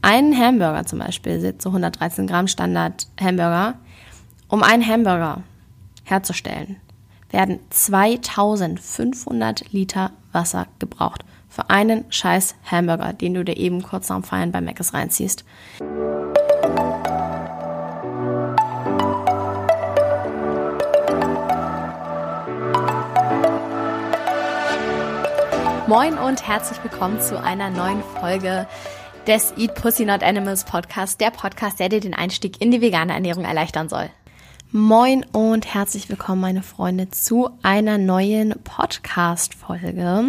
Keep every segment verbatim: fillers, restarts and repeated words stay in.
einen Hamburger zum Beispiel, so hundertdreizehn Gramm Standard Hamburger, um einen Hamburger herzustellen, werden zweitausendfünfhundert Liter Wasser gebraucht. Für einen scheiß Hamburger, den du dir eben kurz nach dem Feiern bei Mc's reinziehst. Moin und herzlich willkommen zu einer neuen Folge des Eat Pussy Not Animals Podcast, der Podcast, der dir den Einstieg in die vegane Ernährung erleichtern soll. Moin und herzlich willkommen, meine Freunde, zu einer neuen Podcast-Folge.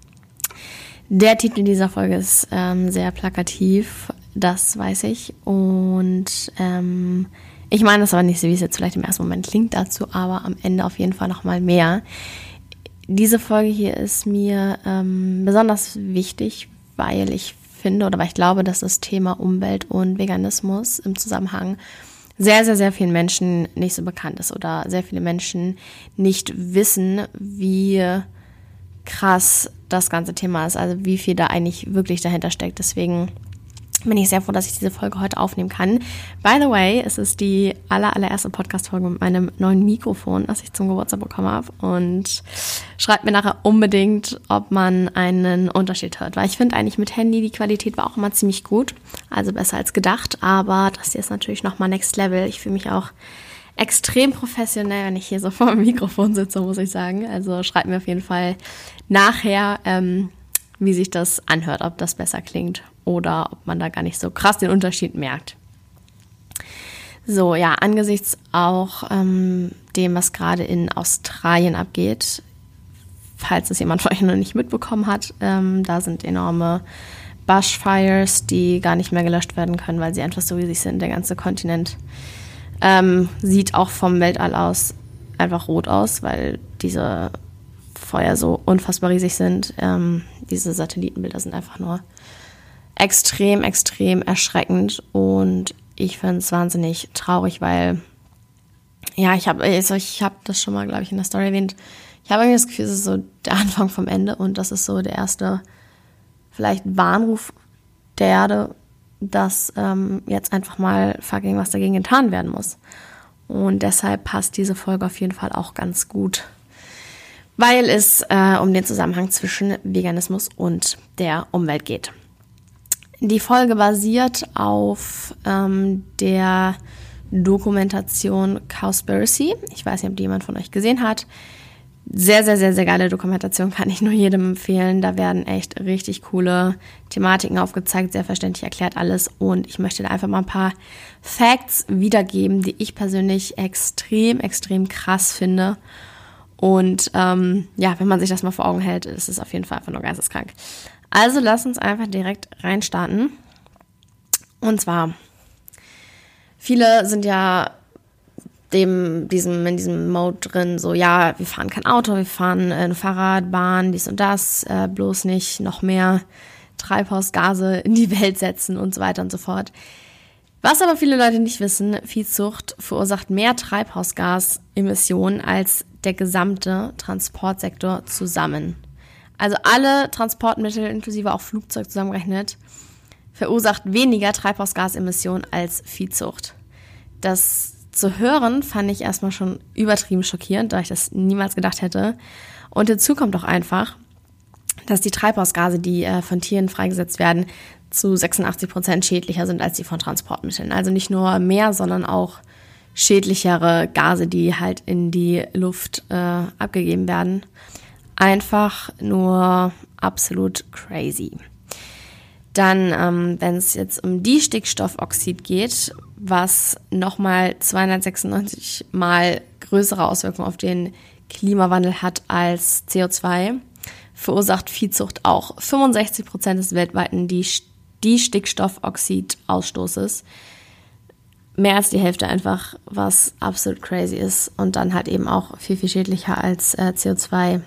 Der Titel dieser Folge ist ähm, sehr plakativ, das weiß ich. Und ähm, ich meine das aber nicht so, wie es jetzt vielleicht im ersten Moment klingt dazu, aber am Ende auf jeden Fall nochmal mehr. Diese Folge hier ist mir ähm, besonders wichtig, weil ich finde oder weil ich glaube, dass das Thema Umwelt und Veganismus im Zusammenhang sehr, sehr, sehr vielen Menschen nicht so bekannt ist oder sehr viele Menschen nicht wissen, wie krass das ganze Thema ist, also wie viel da eigentlich wirklich dahinter steckt. Deswegen bin ich sehr froh, dass ich diese Folge heute aufnehmen kann. By the way, es ist die aller, allererste Podcast-Folge mit meinem neuen Mikrofon, das ich zum Geburtstag bekommen habe. Und schreibt mir nachher unbedingt, ob man einen Unterschied hört. Weil ich finde eigentlich mit Handy, die Qualität war auch immer ziemlich gut. Also besser als gedacht. Aber das hier ist natürlich nochmal Next Level. Ich fühle mich auch extrem professionell, wenn ich hier so vor dem Mikrofon sitze, muss ich sagen. Also schreibt mir auf jeden Fall nachher, ähm, wie sich das anhört, ob das besser klingt oder ob man da gar nicht so krass den Unterschied merkt. So, ja, angesichts auch ähm, dem, was gerade in Australien abgeht, falls es jemand von euch noch nicht mitbekommen hat, ähm, da sind enorme Bushfires, die gar nicht mehr gelöscht werden können, weil sie einfach so riesig sind. Der ganze Kontinent ähm, sieht auch vom Weltall aus einfach rot aus, weil diese Feuer so unfassbar riesig sind. Ähm, diese Satellitenbilder sind einfach nur extrem, extrem erschreckend und ich finde es wahnsinnig traurig, weil, ja, ich habe also ich hab das schon mal, glaube ich, in der Story erwähnt. Ich habe irgendwie das Gefühl, es ist so der Anfang vom Ende und das ist so der erste, vielleicht Warnruf der Erde, dass ähm, jetzt einfach mal fucking was dagegen getan werden muss. Und deshalb passt diese Folge auf jeden Fall auch ganz gut, weil es äh, um den Zusammenhang zwischen Veganismus und der Umwelt geht. Die Folge basiert auf ähm, der Dokumentation Cowspiracy. Ich weiß nicht, ob die jemand von euch gesehen hat. Sehr, sehr, sehr, sehr geile Dokumentation, kann ich nur jedem empfehlen. Da werden echt richtig coole Thematiken aufgezeigt, sehr verständlich erklärt alles. Und ich möchte da einfach mal ein paar Facts wiedergeben, die ich persönlich extrem, extrem krass finde. Und ähm, ja, wenn man sich das mal vor Augen hält, ist es auf jeden Fall einfach nur geisteskrank. Also lass uns einfach direkt reinstarten. Und zwar, viele sind ja dem, diesem, in diesem Mode drin, so ja, wir fahren kein Auto, wir fahren ein Fahrrad, Bahn, dies und das, äh, bloß nicht noch mehr Treibhausgase in die Welt setzen und so weiter und so fort. Was aber viele Leute nicht wissen, Viehzucht verursacht mehr Treibhausgasemissionen als der gesamte Transportsektor zusammen. Also alle Transportmittel, inklusive auch Flugzeug zusammengerechnet, verursacht weniger Treibhausgasemissionen als Viehzucht. Das zu hören fand ich erstmal schon übertrieben schockierend, da ich das niemals gedacht hätte. Und hinzu kommt doch einfach, dass die Treibhausgase, die äh, von Tieren freigesetzt werden, zu sechsundachtzig Prozent schädlicher sind als die von Transportmitteln. Also nicht nur mehr, sondern auch schädlichere Gase, die halt in die Luft äh, abgegeben werden. Einfach nur absolut crazy. Dann, ähm, wenn es jetzt um Distickstoffoxid geht, was nochmal zweihundertsechsundneunzig Mal größere Auswirkungen auf den Klimawandel hat als C O zwei, verursacht Viehzucht auch fünfundsechzig Prozent des weltweiten Distickstoffoxidausstoßes. Mehr als die Hälfte einfach, was absolut crazy ist. Und dann halt eben auch viel, viel schädlicher als äh, C O zwei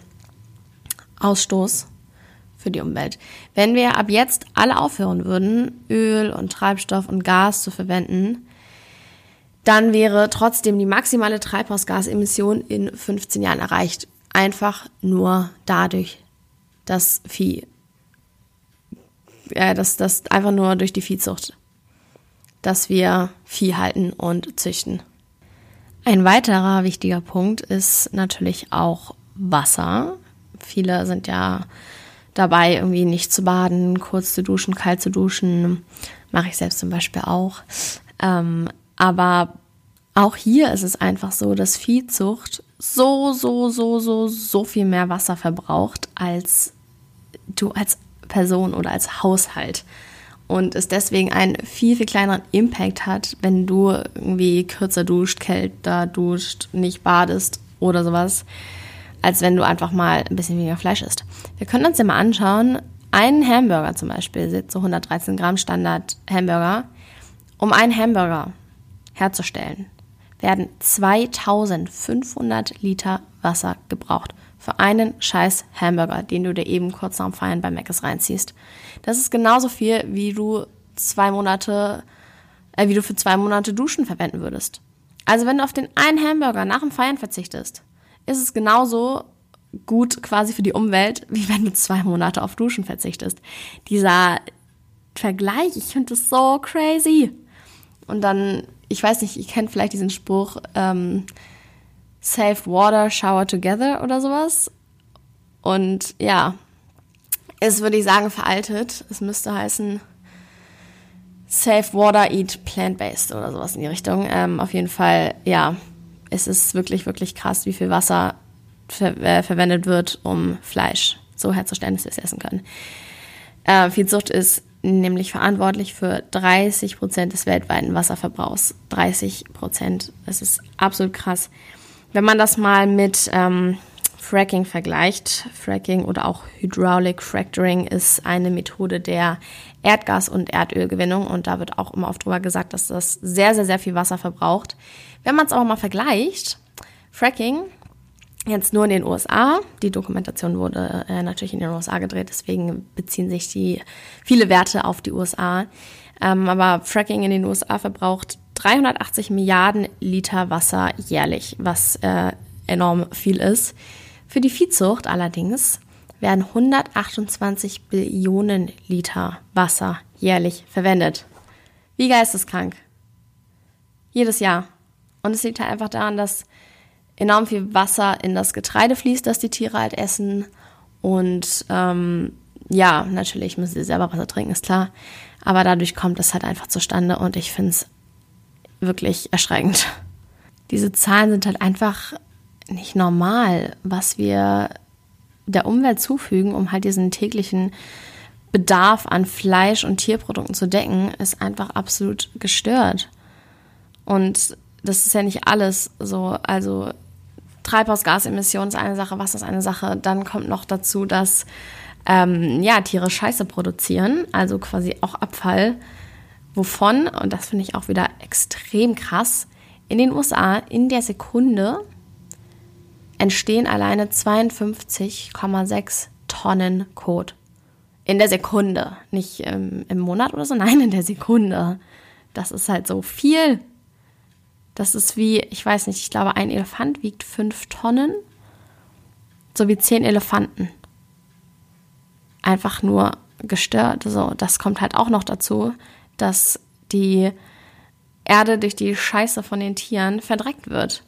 Ausstoß für die Umwelt. Wenn wir ab jetzt alle aufhören würden, Öl und Treibstoff und Gas zu verwenden, dann wäre trotzdem die maximale Treibhausgasemission in fünfzehn Jahren erreicht. Einfach nur dadurch, dass Vieh äh, das, das einfach nur durch die Viehzucht, dass wir Vieh halten und züchten. Ein weiterer wichtiger Punkt ist natürlich auch Wasser. Viele sind ja dabei, irgendwie nicht zu baden, kurz zu duschen, kalt zu duschen. Mache ich selbst zum Beispiel auch. Ähm, aber auch hier ist es einfach so, dass Viehzucht so, so, so, so, so viel mehr Wasser verbraucht, als du als Person oder als Haushalt. Und es deswegen einen viel, viel kleineren Impact hat, wenn du irgendwie kürzer duscht, kälter duscht, nicht badest oder sowas, als wenn du einfach mal ein bisschen weniger Fleisch isst. Wir können uns ja mal anschauen, ein Hamburger zum Beispiel, so hundertdreizehn Gramm Standard Hamburger, um einen Hamburger herzustellen, werden zweitausendfünfhundert Liter Wasser gebraucht. Für einen scheiß Hamburger, den du dir eben kurz nach dem Feiern bei Mc's reinziehst. Das ist genauso viel, wie du zwei Monate, äh, wie du für zwei Monate Duschen verwenden würdest. Also wenn du auf den einen Hamburger nach dem Feiern verzichtest, ist es genauso gut quasi für die Umwelt, wie wenn du zwei Monate auf Duschen verzichtest. Dieser Vergleich, ich finde das so crazy. Und dann, ich weiß nicht, ihr kennt vielleicht diesen Spruch, ähm, Save Water, Shower Together oder sowas. Und ja, ist, würde ich sagen, veraltet. Es müsste heißen Save Water, Eat Plant-Based oder sowas in die Richtung. Ähm, auf jeden Fall, ja, es ist wirklich, wirklich krass, wie viel Wasser ver- äh, verwendet wird, um Fleisch so herzustellen, dass wir es essen können. Äh, Viehzucht ist nämlich verantwortlich für dreißig Prozent des weltweiten Wasserverbrauchs. dreißig Prozent, das ist absolut krass. Wenn man das mal mit ähm, Fracking vergleicht, Fracking oder auch Hydraulic Fracturing ist eine Methode der Erdgas- und Erdölgewinnung und da wird auch immer oft drüber gesagt, dass das sehr, sehr, sehr viel Wasser verbraucht. Wenn man es aber mal vergleicht, Fracking jetzt nur in den U S A, die Dokumentation wurde äh, natürlich in den U S A gedreht, deswegen beziehen sich die viele Werte auf die U S A, ähm, aber Fracking in den U S A verbraucht dreihundertachtzig Milliarden Liter Wasser jährlich, was äh, enorm viel ist. Für die Viehzucht allerdings werden hundertachtundzwanzig Billionen Liter Wasser jährlich verwendet. Wie geisteskrank. Jedes Jahr. Und es liegt halt einfach daran, dass enorm viel Wasser in das Getreide fließt, das die Tiere halt essen. Und ähm, ja, natürlich müssen sie selber Wasser trinken, ist klar. Aber dadurch kommt es halt einfach zustande und ich finde es wirklich erschreckend. Diese Zahlen sind halt einfach nicht normal, was wir der Umwelt zufügen, um halt diesen täglichen Bedarf an Fleisch und Tierprodukten zu decken, ist einfach absolut gestört. Und das ist ja nicht alles so, also Treibhausgasemissionen ist eine Sache, Wasser ist eine Sache. Dann kommt noch dazu, dass ähm, ja, Tiere Scheiße produzieren, also quasi auch Abfall, wovon, und das finde ich auch wieder extrem krass, in den U S A in der Sekunde entstehen alleine zweiundfünfzig Komma sechs Tonnen Kot. In der Sekunde, nicht ähm, im Monat oder so, nein, in der Sekunde. Das ist halt so viel. Das ist wie, ich weiß nicht, ich glaube, ein Elefant wiegt fünf Tonnen, so wie zehn Elefanten. Einfach nur gestört. So, das kommt halt auch noch dazu, dass die Erde durch die Scheiße von den Tieren verdreckt wird.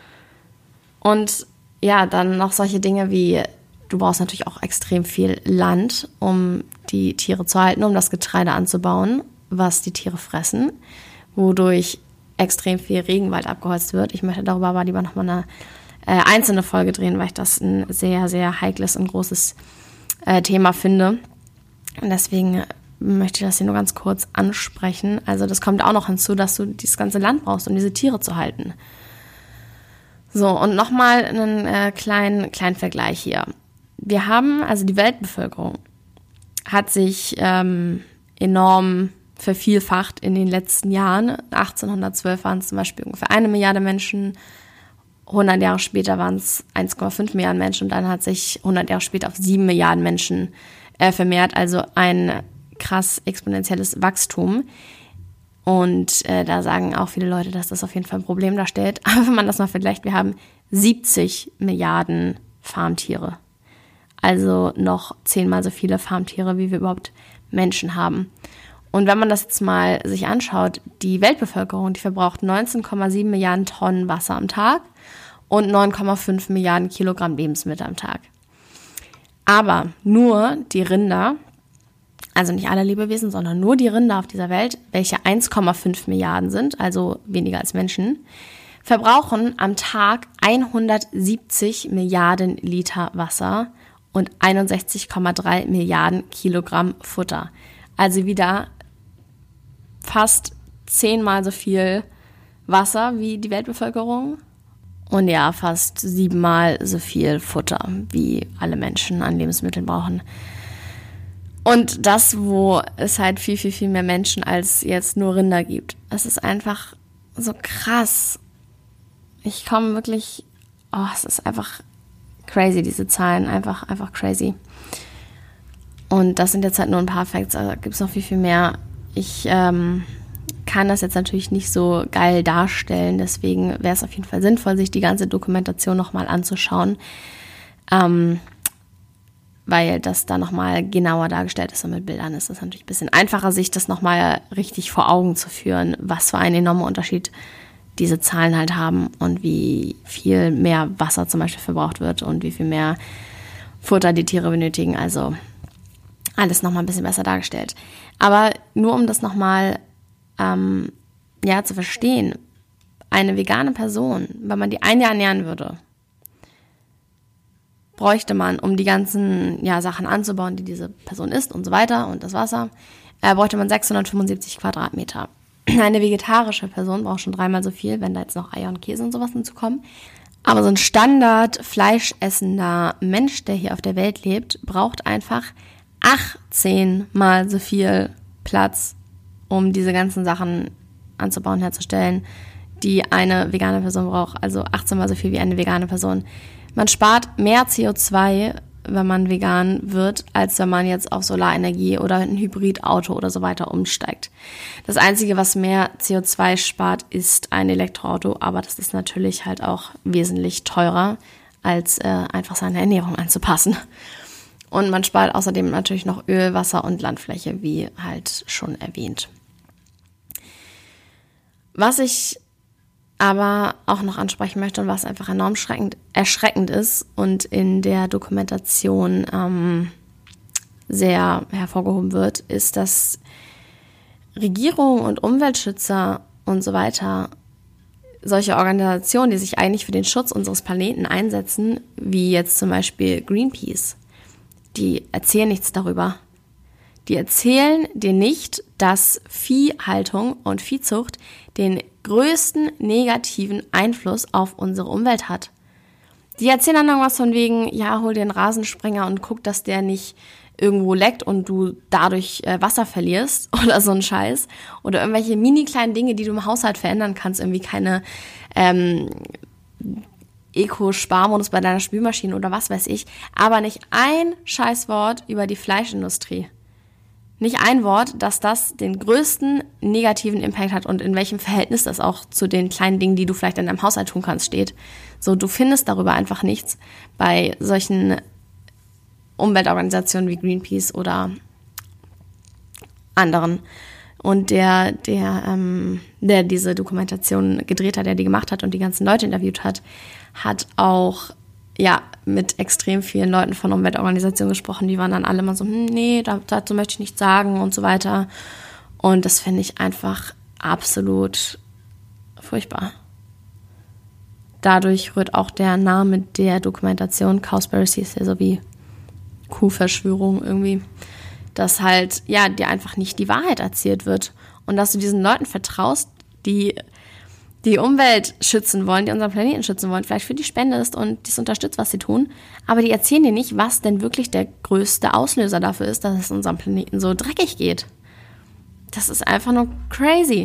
Und ja, dann noch solche Dinge wie, du brauchst natürlich auch extrem viel Land, um die Tiere zu halten, um das Getreide anzubauen, was die Tiere fressen, wodurch extrem viel Regenwald abgeholzt wird. Ich möchte darüber aber lieber nochmal eine äh, einzelne Folge drehen, weil ich das ein sehr, sehr heikles und großes äh, Thema finde. Und deswegen möchte ich das hier nur ganz kurz ansprechen. Also das kommt auch noch hinzu, dass du dieses ganze Land brauchst, um diese Tiere zu halten. So, und nochmal einen äh, kleinen, kleinen Vergleich hier. Wir haben, also die Weltbevölkerung hat sich ähm, enorm vervielfacht in den letzten Jahren. achtzehnhundertzwölf waren es zum Beispiel ungefähr eine Milliarde Menschen, hundert Jahre später waren es eins Komma fünf Milliarden Menschen und dann hat sich hundert Jahre später auf sieben Milliarden Menschen äh, vermehrt, also ein krass exponentielles Wachstum. Und äh, da sagen auch viele Leute, dass das auf jeden Fall ein Problem darstellt. Aber wenn man das mal vergleicht, wir haben siebzig Milliarden Farmtiere. Also noch zehnmal so viele Farmtiere, wie wir überhaupt Menschen haben. Und wenn man das jetzt mal sich anschaut, die Weltbevölkerung, die verbraucht neunzehn Komma sieben Milliarden Tonnen Wasser am Tag und neun Komma fünf Milliarden Kilogramm Lebensmittel am Tag. Aber nur die Rinder, also nicht alle Lebewesen, sondern nur die Rinder auf dieser Welt, welche eins Komma fünf Milliarden sind, also weniger als Menschen, verbrauchen am Tag hundertsiebzig Milliarden Liter Wasser und einundsechzig Komma drei Milliarden Kilogramm Futter. Also wieder fast zehnmal so viel Wasser wie die Weltbevölkerung und ja, fast siebenmal so viel Futter, wie alle Menschen an Lebensmitteln brauchen. Und das, wo es halt viel, viel, viel mehr Menschen als jetzt nur Rinder gibt. Es ist einfach so krass. Ich komme wirklich, oh, es ist einfach crazy, diese Zahlen, einfach, einfach crazy. Und das sind jetzt halt nur ein paar Facts, da gibt es noch viel, viel mehr. Ich ähm, kann das jetzt natürlich nicht so geil darstellen, deswegen wäre es auf jeden Fall sinnvoll, sich die ganze Dokumentation nochmal anzuschauen. Ähm, weil das da nochmal genauer dargestellt ist und mit Bildern ist es natürlich ein bisschen einfacher, sich das nochmal richtig vor Augen zu führen, was für einen enormen Unterschied diese Zahlen halt haben und wie viel mehr Wasser zum Beispiel verbraucht wird und wie viel mehr Futter die Tiere benötigen. Also alles nochmal ein bisschen besser dargestellt. Aber nur um das nochmal ähm, ja, zu verstehen, eine vegane Person, wenn man die ein Jahr ernähren würde, bräuchte man, um die ganzen ja, Sachen anzubauen, die diese Person isst und so weiter und das Wasser, äh, bräuchte man sechshundertfünfundsiebzig Quadratmeter. Eine vegetarische Person braucht schon dreimal so viel, wenn da jetzt noch Eier und Käse und sowas hinzukommen. Aber so ein Standard fleischessender Mensch, der hier auf der Welt lebt, braucht einfach achtzehn mal so viel Platz, um diese ganzen Sachen anzubauen, herzustellen, die eine vegane Person braucht. Also achtzehn mal so viel wie eine vegane Person. Man spart mehr C O zwei, wenn man vegan wird, als wenn man jetzt auf Solarenergie oder ein Hybridauto oder so weiter umsteigt. Das Einzige, was mehr C O zwei spart, ist ein Elektroauto, aber das ist natürlich halt auch wesentlich teurer, als äh, einfach seine Ernährung anzupassen. Und man spart außerdem natürlich noch Öl, Wasser und Landfläche, wie halt schon erwähnt. Was ich aber auch noch ansprechen möchte und was einfach enorm erschreckend, erschreckend ist und in der Dokumentation ähm, sehr hervorgehoben wird, ist, dass Regierungen und Umweltschützer und so weiter, solche Organisationen, die sich eigentlich für den Schutz unseres Planeten einsetzen, wie jetzt zum Beispiel Greenpeace, die erzählen nichts darüber. Die erzählen dir nicht, dass Viehhaltung und Viehzucht den größten negativen Einfluss auf unsere Umwelt hat. Die erzählen dann irgendwas von wegen, ja, hol dir einen Rasensprenger und guck, dass der nicht irgendwo leckt und du dadurch äh, Wasser verlierst oder so ein Scheiß. Oder irgendwelche mini kleinen Dinge, die du im Haushalt verändern kannst. Irgendwie keine ähm, Eco-Sparmodus bei deiner Spülmaschine oder was weiß ich. Aber nicht ein Scheißwort über die Fleischindustrie. Nicht ein Wort, dass das den größten negativen Impact hat und in welchem Verhältnis das auch zu den kleinen Dingen, die du vielleicht in deinem Haushalt tun kannst, steht. So, du findest darüber einfach nichts bei solchen Umweltorganisationen wie Greenpeace oder anderen. Und der, der, ähm, der diese Dokumentation gedreht hat, der die gemacht hat und die ganzen Leute interviewt hat, hat auch ja, mit extrem vielen Leuten von Umweltorganisationen gesprochen, die waren dann alle immer so, hm, nee, dazu möchte ich nichts sagen und so weiter. Und das finde ich einfach absolut furchtbar. Dadurch rührt auch der Name der Dokumentation, Cowspiracy, ist ja so wie Kuhverschwörung irgendwie, dass halt, ja, dir einfach nicht die Wahrheit erzählt wird und dass du diesen Leuten vertraust, die die Umwelt schützen wollen, die unseren Planeten schützen wollen, vielleicht für die spendest und das unterstützt, was sie tun, aber die erzählen dir nicht, was denn wirklich der größte Auslöser dafür ist, dass es unserem Planeten so dreckig geht. Das ist einfach nur crazy.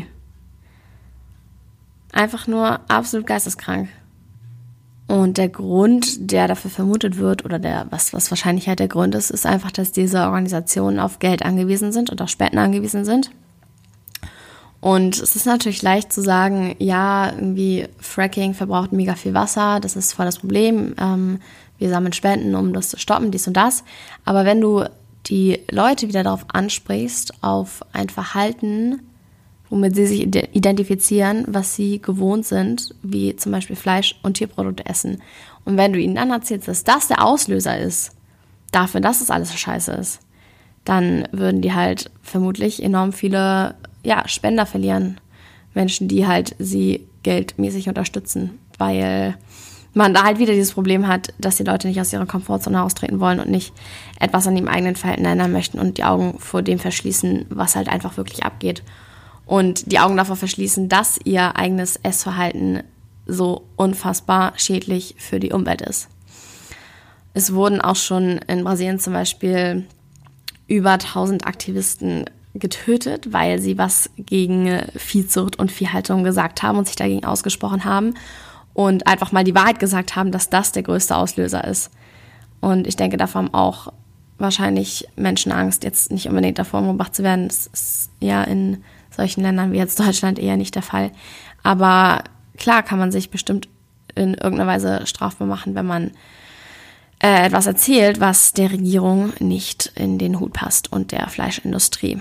Einfach nur absolut geisteskrank. Und der Grund, der dafür vermutet wird, oder der, was, was wahrscheinlich halt der Grund ist, ist einfach, dass diese Organisationen auf Geld angewiesen sind und auf Spenden angewiesen sind. Und es ist natürlich leicht zu sagen, ja, irgendwie Fracking verbraucht mega viel Wasser, das ist voll das Problem, ähm, wir sammeln Spenden, um das zu stoppen, dies und das. Aber wenn du die Leute wieder darauf ansprichst, auf ein Verhalten, womit sie sich identifizieren, was sie gewohnt sind, wie zum Beispiel Fleisch- und Tierprodukte essen. Und wenn du ihnen dann erzählst, dass das der Auslöser ist, dafür, dass es alles so scheiße ist, dann würden die halt vermutlich enorm viele ja, Spender verlieren. Menschen, die halt sie geldmäßig unterstützen, weil man da halt wieder dieses Problem hat, dass die Leute nicht aus ihrer Komfortzone austreten wollen und nicht etwas an ihrem eigenen Verhalten ändern möchten und die Augen vor dem verschließen, was halt einfach wirklich abgeht. Und die Augen davor verschließen, dass ihr eigenes Essverhalten so unfassbar schädlich für die Umwelt ist. Es wurden auch schon in Brasilien zum Beispiel über tausend Aktivisten getötet, weil sie was gegen Viehzucht und Viehhaltung gesagt haben und sich dagegen ausgesprochen haben und einfach mal die Wahrheit gesagt haben, dass das der größte Auslöser ist. Und ich denke, davor haben auch wahrscheinlich Menschen Angst, jetzt nicht unbedingt davor umgebracht zu werden. Das ist ja in solchen Ländern wie jetzt Deutschland eher nicht der Fall. Aber klar kann man sich bestimmt in irgendeiner Weise strafbar machen, wenn man äh, etwas erzählt, was der Regierung nicht in den Hut passt und der Fleischindustrie.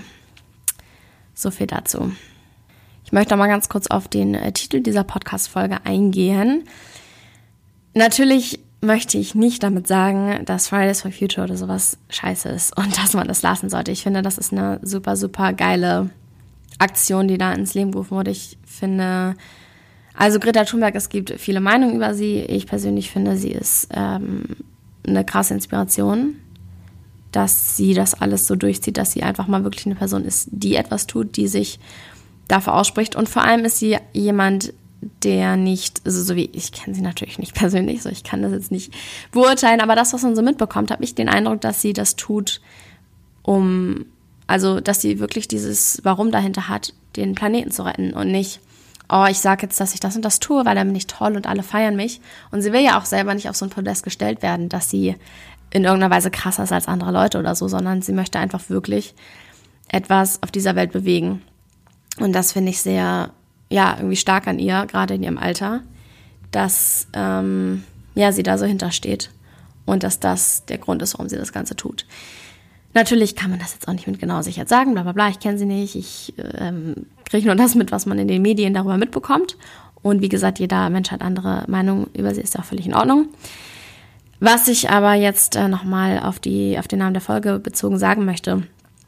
So viel dazu. Ich möchte noch mal ganz kurz auf den äh, Titel dieser Podcast-Folge eingehen. Natürlich möchte ich nicht damit sagen, dass Fridays for Future oder sowas scheiße ist und dass man das lassen sollte. Ich finde, das ist eine super, super geile Aktion, die da ins Leben gerufen wurde. Ich finde, also Greta Thunberg, es gibt viele Meinungen über sie. Ich persönlich finde, sie ist ähm, eine krasse Inspiration, dass sie das alles so durchzieht, dass sie einfach mal wirklich eine Person ist, die etwas tut, die sich dafür ausspricht. Und vor allem ist sie jemand, der nicht, also so wie, ich kenne sie natürlich nicht persönlich, so ich kann das jetzt nicht beurteilen, aber das, was man so mitbekommt, habe ich den Eindruck, dass sie das tut, um, also dass sie wirklich dieses Warum dahinter hat, den Planeten zu retten und nicht, oh, ich sage jetzt, dass ich das und das tue, weil dann bin ich toll und alle feiern mich. Und sie will ja auch selber nicht auf so ein Podest gestellt werden, dass sie in irgendeiner Weise krasser ist als andere Leute oder so, sondern sie möchte einfach wirklich etwas auf dieser Welt bewegen. Und das finde ich sehr, ja, irgendwie stark an ihr, gerade in ihrem Alter, dass ähm, ja, sie da so hintersteht und dass das der Grund ist, warum sie das Ganze tut. Natürlich kann man das jetzt auch nicht mit genauer Sicherheit sagen, bla bla bla, ich kenne sie nicht, ich ähm, kriege nur das mit, was man in den Medien darüber mitbekommt. Und wie gesagt, jeder Mensch hat andere Meinungen über sie, ist ja auch völlig in Ordnung. Was ich aber jetzt äh, nochmal auf die, auf den Namen der Folge bezogen sagen möchte,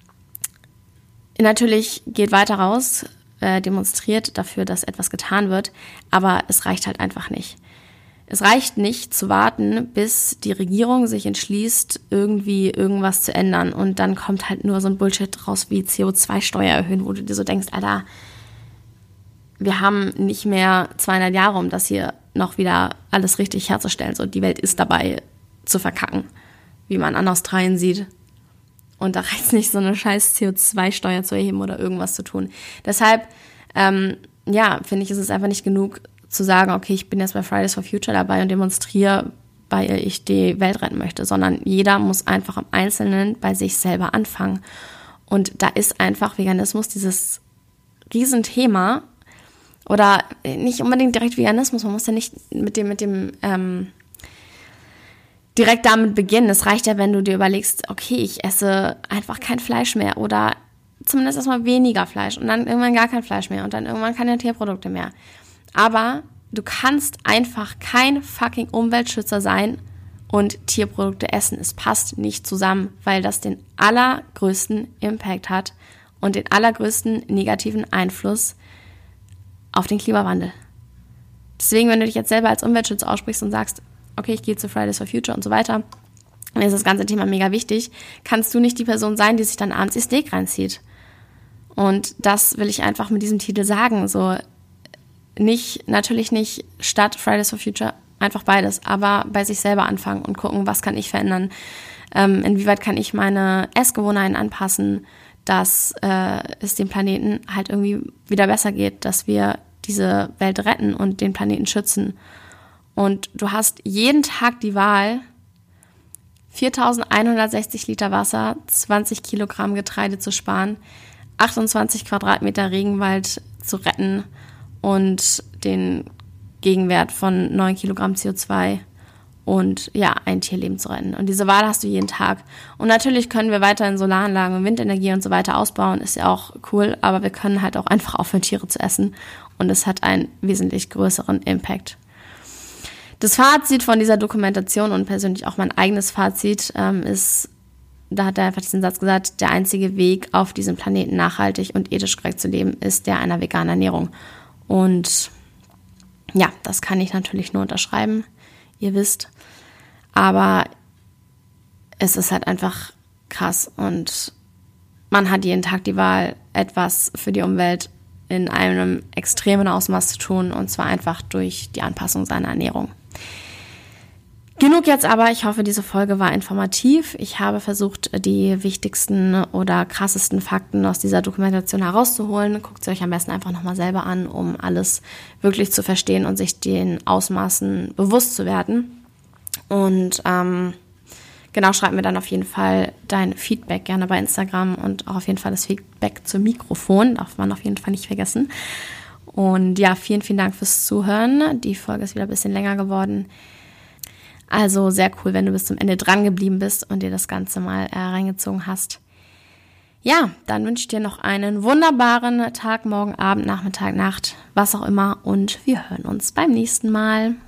natürlich geht weiter raus, äh, demonstriert dafür, dass etwas getan wird, aber es reicht halt einfach nicht. Es reicht nicht zu warten, bis die Regierung sich entschließt, irgendwie irgendwas zu ändern und dann kommt halt nur so ein Bullshit raus wie C O zwei Steuer erhöhen, wo du dir so denkst, Alter, wir haben nicht mehr zweihundert Jahre, um das hier noch wieder alles richtig herzustellen. So, die Welt ist dabei zu verkacken, wie man an Australien sieht. Und da reicht es nicht, so eine scheiß C O zwei Steuer zu erheben oder irgendwas zu tun. Deshalb, ähm, ja, finde ich, ist es einfach nicht genug zu sagen, okay, ich bin jetzt bei Fridays for Future dabei und demonstriere, weil ich die Welt retten möchte, sondern jeder muss einfach im Einzelnen bei sich selber anfangen. Und da ist einfach Veganismus dieses Riesenthema oder nicht unbedingt direkt Veganismus, man muss ja nicht mit dem, mit dem, ähm, direkt damit beginnen. Es reicht ja, wenn du dir überlegst, okay, ich esse einfach kein Fleisch mehr oder zumindest erstmal weniger Fleisch und dann irgendwann gar kein Fleisch mehr und dann irgendwann keine Tierprodukte mehr. Aber du kannst einfach kein fucking Umweltschützer sein und Tierprodukte essen. Es passt nicht zusammen, weil das den allergrößten Impact hat und den allergrößten negativen Einfluss auf den Klimawandel. Deswegen, wenn du dich jetzt selber als Umweltschützer aussprichst und sagst, okay, ich gehe zu Fridays for Future und so weiter, dann ist das ganze Thema mega wichtig, kannst du nicht die Person sein, die sich dann abends ihr Steak reinzieht. Und das will ich einfach mit diesem Titel sagen, so nicht, natürlich nicht statt Fridays for Future, einfach beides, aber bei sich selber anfangen und gucken, was kann ich verändern, ähm, inwieweit kann ich meine Essgewohnheiten anpassen, dass äh, es dem Planeten halt irgendwie wieder besser geht, dass wir diese Welt retten und den Planeten schützen. Und du hast jeden Tag die Wahl, viertausendeinhundertsechzig Liter Wasser, zwanzig Kilogramm Getreide zu sparen, achtundzwanzig Quadratmeter Regenwald zu retten und den Gegenwert von neun Kilogramm C O zwei und ja, ein Tierleben zu retten. Und diese Wahl hast du jeden Tag. Und natürlich können wir weiterhin Solaranlagen und Windenergie und so weiter ausbauen, ist ja auch cool, aber wir können halt auch einfach aufhören, Tiere zu essen. Und es hat einen wesentlich größeren Impact. Das Fazit von dieser Dokumentation und persönlich auch mein eigenes Fazit ähm, ist, da hat er einfach diesen Satz gesagt, der einzige Weg auf diesem Planeten nachhaltig und ethisch korrekt zu leben, ist der einer veganen Ernährung. Und ja, das kann ich natürlich nur unterschreiben, ihr wisst. Aber es ist halt einfach krass und man hat jeden Tag die Wahl, etwas für die Umwelt in einem extremen Ausmaß zu tun, und zwar einfach durch die Anpassung seiner Ernährung. Genug jetzt aber, ich hoffe, diese Folge war informativ. Ich habe versucht, die wichtigsten oder krassesten Fakten aus dieser Dokumentation herauszuholen. Guckt sie euch am besten einfach nochmal selber an, um alles wirklich zu verstehen und sich den Ausmaßen bewusst zu werden. Und ähm, genau, schreib mir dann auf jeden Fall dein Feedback gerne bei Instagram und auch auf jeden Fall das Feedback zum Mikrofon, darf man auf jeden Fall nicht vergessen. Und ja, vielen, vielen Dank fürs Zuhören. Die Folge ist wieder ein bisschen länger geworden. Also sehr cool, wenn du bis zum Ende dran geblieben bist und dir das Ganze mal äh, reingezogen hast. Ja, dann wünsche ich dir noch einen wunderbaren Tag, morgen, Abend, Nachmittag, Nacht, was auch immer. Und wir hören uns beim nächsten Mal.